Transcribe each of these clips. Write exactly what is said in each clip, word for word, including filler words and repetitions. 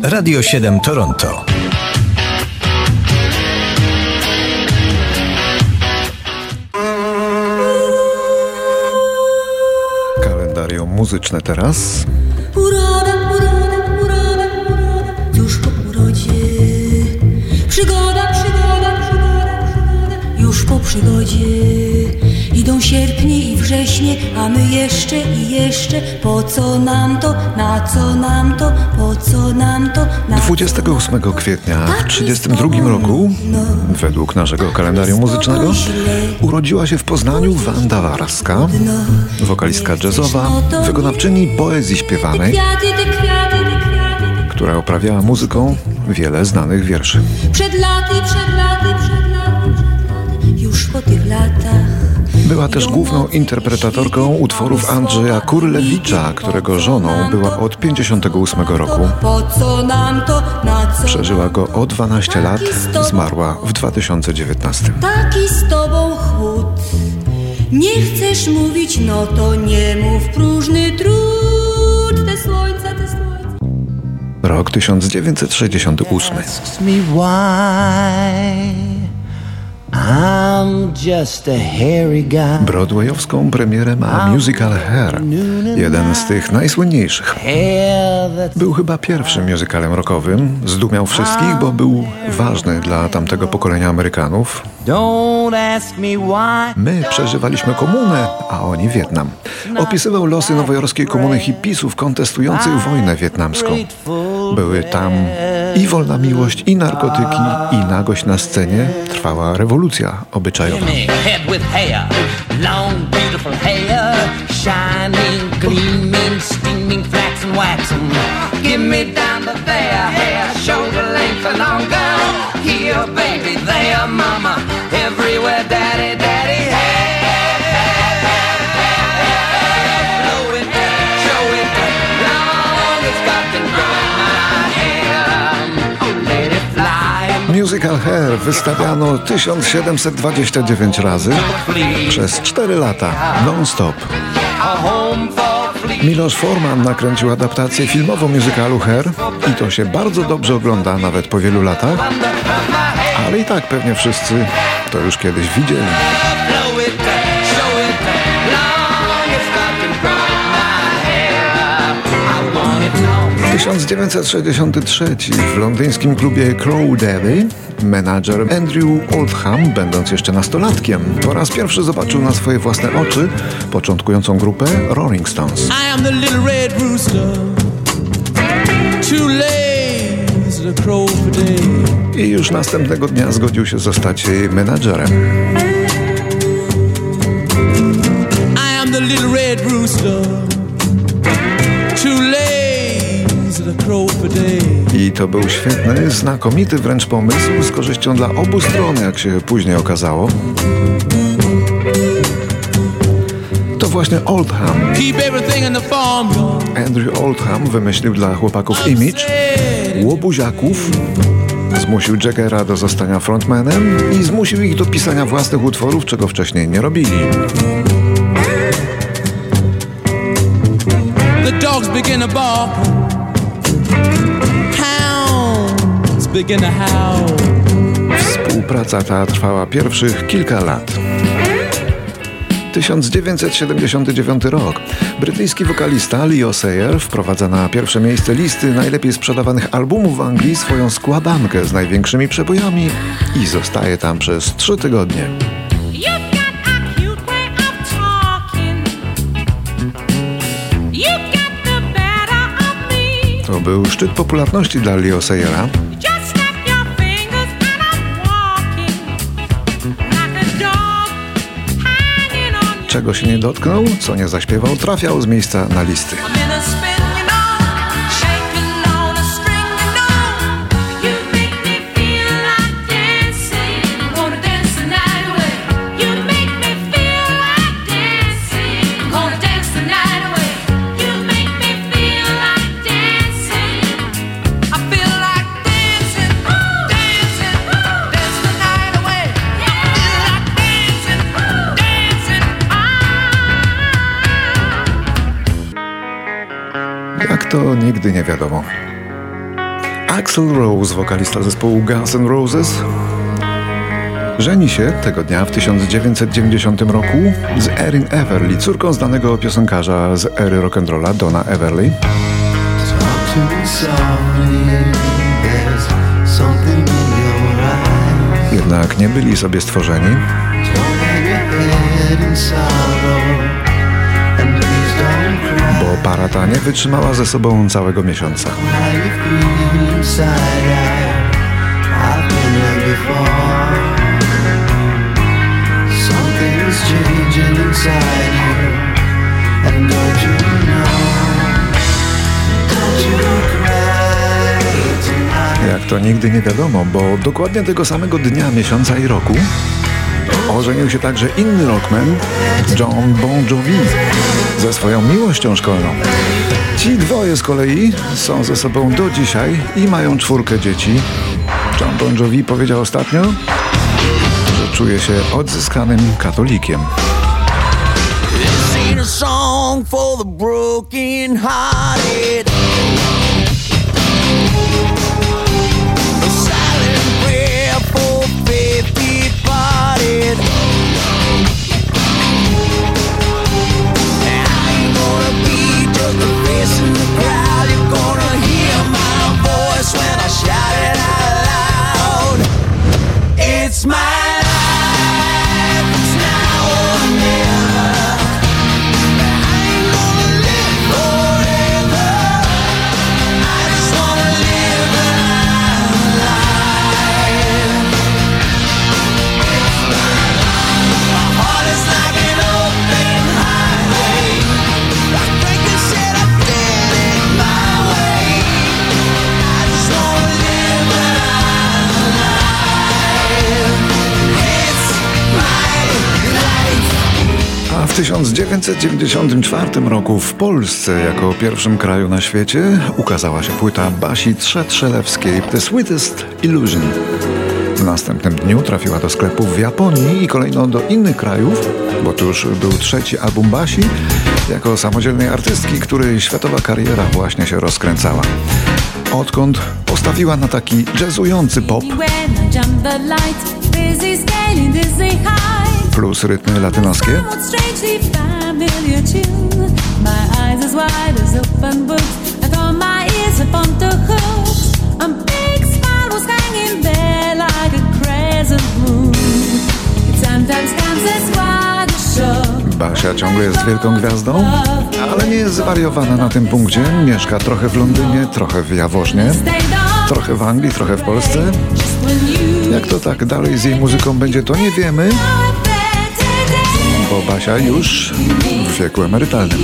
Radio siedem Toronto. Kalendarium muzyczne teraz. Uroda, uroda, uroda, uroda, już po urodzie. Przygoda, przygoda, przygoda, przygoda, już po przygodzie. Idą sierpnie i wrześnie, a my jeszcze i jeszcze. Po co nam to, na co nam to, po co nam to, na dwudziestego ósmego kwietnia w trzydziestym drugim roku, według naszego kalendarium muzycznego, urodziła się w Poznaniu Wanda Warska, wokalistka jazzowa, wykonawczyni poezji śpiewanej, która oprawiała muzyką wiele znanych wierszy. Przed laty, przed laty, przed laty, przed laty, już po tych latach. Była też główną interpretatorką utworów Andrzeja Kurlewicza, którego żoną była od pięćdziesiątego ósmego roku. Przeżyła go o dwanaście lat, zmarła w dwa tysiące dziewiętnastym. Taki z tobą chłód, nie chcesz mówić, no to nie mów, próżny trud, te słońca, te słońca. Rok tysiąc dziewięćset sześćdziesiąty ósmy. I'm just a hairy guy. Broadwayowską premierę ma musical Hair, jeden z tych najsłynniejszych. Był chyba pierwszym musicalem rockowym, zdumiał wszystkich, bo był ważny dla tamtego pokolenia Amerykanów. My przeżywaliśmy komunę, a oni Wietnam. Opisywał losy nowojorskiej komuny hipisów kontestujących wojnę wietnamską. Były tam i wolna miłość, i narkotyki, i nagość na scenie. Trwała rewolucja obyczajowa. Musical Hair wystawiano tysiąc siedemset dwadzieścia dziewięć razy przez cztery lata, non-stop. Miloš Forman nakręcił adaptację filmową musicalu Hair i to się bardzo dobrze ogląda nawet po wielu latach, ale i tak pewnie wszyscy to już kiedyś widzieli. tysiąc dziewięćset sześćdziesiąty trzeci w londyńskim klubie Crow Daddy menadżer Andrew Oldham, będąc jeszcze nastolatkiem, po raz pierwszy zobaczył na swoje własne oczy początkującą grupę Rolling Stones. I am the little red rooster, too lazy to crow for day. I już następnego dnia zgodził się zostać jej menadżerem. I am the little red rooster, too lazy. I to był świetny, znakomity wręcz pomysł z korzyścią dla obu stron, jak się później okazało. To właśnie Oldham, Andrew Oldham wymyślił dla chłopaków image łobuziaków, zmusił Jaggera do zostania frontmanem i zmusił ich do pisania własnych utworów, czego wcześniej nie robili. The dogs begin to bark. Współpraca ta trwała pierwszych kilka lat. tysiąc dziewięćset siedemdziesiąty dziewiąty rok. Brytyjski wokalista Leo Sayer wprowadza na pierwsze miejsce listy najlepiej sprzedawanych albumów w Anglii swoją składankę z największymi przebojami i zostaje tam przez trzy tygodnie. To był szczyt popularności dla Leo Sayera. Czego się nie dotknął, co nie zaśpiewał, trafiał z miejsca na listy. Jak to nigdy nie wiadomo. Axl Rose, wokalista zespołu Guns N' Roses, żeni się tego dnia w tysiąc dziewięćset dziewięćdziesiątym roku z Erin Everly, córką znanego piosenkarza z ery rock'n'rolla Dona Everly. Jednak nie byli sobie stworzeni, bo para ta nie wytrzymała ze sobą całego miesiąca. Jak to nigdy nie wiadomo, bo dokładnie tego samego dnia, miesiąca i roku ożenił się także inny rockman, Jon Bon Jovi, ze swoją miłością szkolną. Ci dwoje z kolei są ze sobą do dzisiaj i mają czwórkę dzieci. Jon Bon Jovi powiedział ostatnio, że czuje się odzyskanym katolikiem. W tysiąc dziewięćset dziewięćdziesiątym czwartym roku w Polsce jako pierwszym kraju na świecie ukazała się płyta Basi Trzelewskiej The Sweetest Illusion. W następnym dniu trafiła do sklepów w Japonii i kolejno do innych krajów, bo to już był trzeci album Basi jako samodzielnej artystki, której światowa kariera właśnie się rozkręcała. Odkąd postawiła na taki jazzujący pop plus rytmy latynoskie, Basia ciągle jest wielką gwiazdą, ale nie jest zwariowana na tym punkcie. Mieszka trochę w Londynie, trochę w Jaworznie, trochę w Anglii, trochę w Polsce. Jak to tak dalej z jej muzyką będzie, to nie wiemy, bo Basia już w wieku emerytalnym.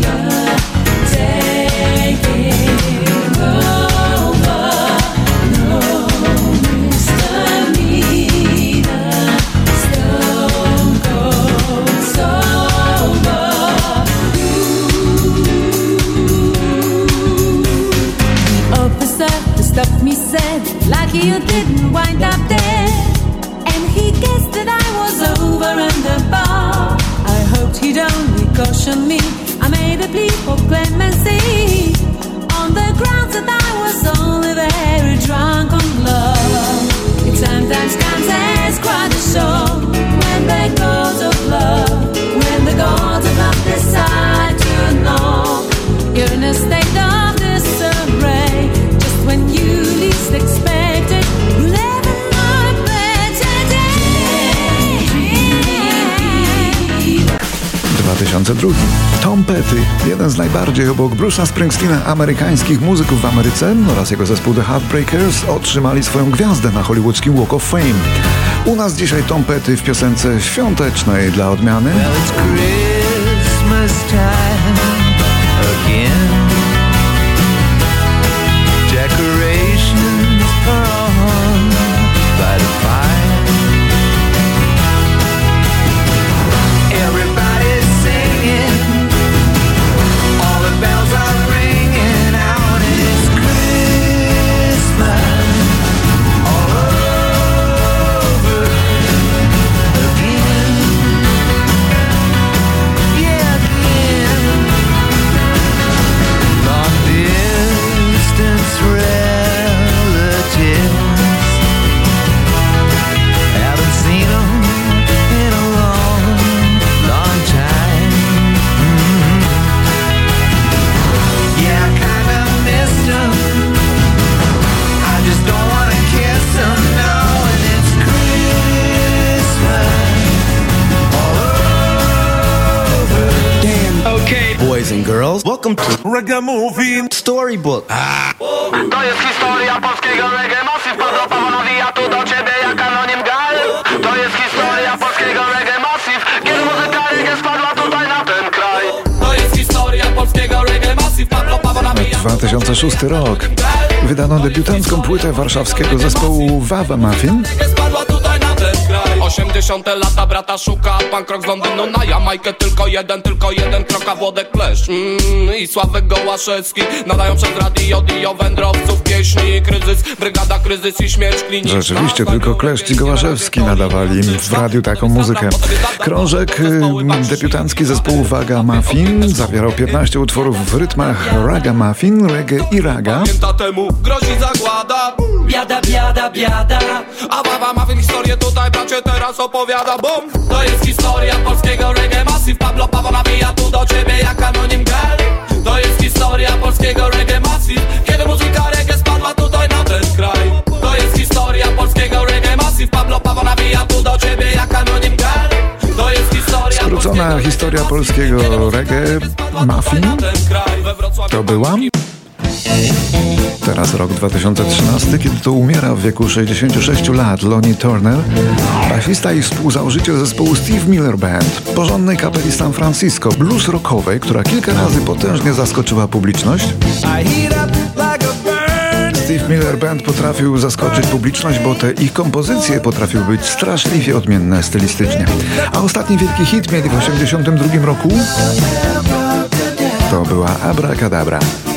You didn't wind up there, and he guessed that I was over under bar. I hoped he'd only caution me. I made a plea for clemency on the grounds that I was only very drunk on love. It sometimes comes as quite a show when the gods of love, when the gods of love decide to knock. You're in a state of disarray just when you least expect. dwa tysiące drugi. Tom Petty, jeden z najbardziej obok Bruce'a Springsteena amerykańskich muzyków w Ameryce oraz jego zespół The Heartbreakers otrzymali swoją gwiazdę na hollywoodzkim Walk of Fame. U nas dzisiaj Tom Petty w piosence świątecznej dla odmiany. and girls, welcome to Ragamuffin Storybook. To jest historia polskiego reggae Massive. Pablo Paweł nawija tu do ciebie jak anonim gal. To jest historia polskiego reggae Massive. Kiedy muzyka reggae spadła tutaj na ten kraj. To jest historia polskiego reggae Massive. Pablo Paweł nawija dwa tysiące szósty rok. Wydano debiutancką płytę warszawskiego zespołu Wawa Muffin. osiemdziesiąte lata brata szuka, punk rock z Londynu na Jamajkę. Tylko jeden, tylko jeden krok, a Włodek Klesz mm, i Sławek Gołaszewski nadają przez radio dio wędrowców pieśni. Kryzys, brygada, kryzys i śmierć kliniczna. Rzeczywiście, tylko Kleszcz i Gołaszewski nadawali w radiu taką muzykę. Krążek debiutancki zespołu Waga Muffin zawierał piętnaście utworów w rytmach ragamuffin, reggae i raga. Pamięta temu grozi zagłada. Biada, biada, biada. A Wawa Muffin historię tutaj bracie teraz opowiada. Bum! To jest historia polskiego reggae Massive. Pablo Paweł nawija tu do ciebie jak anonim gal. To jest historia polskiego reggae Massive. Kiedy muzyka reggae spadła tutaj na ten kraj. To jest historia polskiego reggae Massive. Pablo Paweł nawija tu do ciebie jak anonim gal. To jest historia Skrócona historia polskiego reggae Muffin to była. Teraz rok dwa tysiące trzynasty, kiedy to umiera w wieku sześćdziesięciu sześciu lat Lonnie Turner, basista i współzałożyciel zespołu Steve Miller Band, porządnej kapeli San Francisco, blues rockowej, która kilka razy potężnie zaskoczyła publiczność. Steve Miller Band potrafił zaskoczyć publiczność, bo te ich kompozycje potrafiły być straszliwie odmienne stylistycznie. A ostatni wielki hit mieli w osiemdziesiątym drugim roku. To była Abracadabra.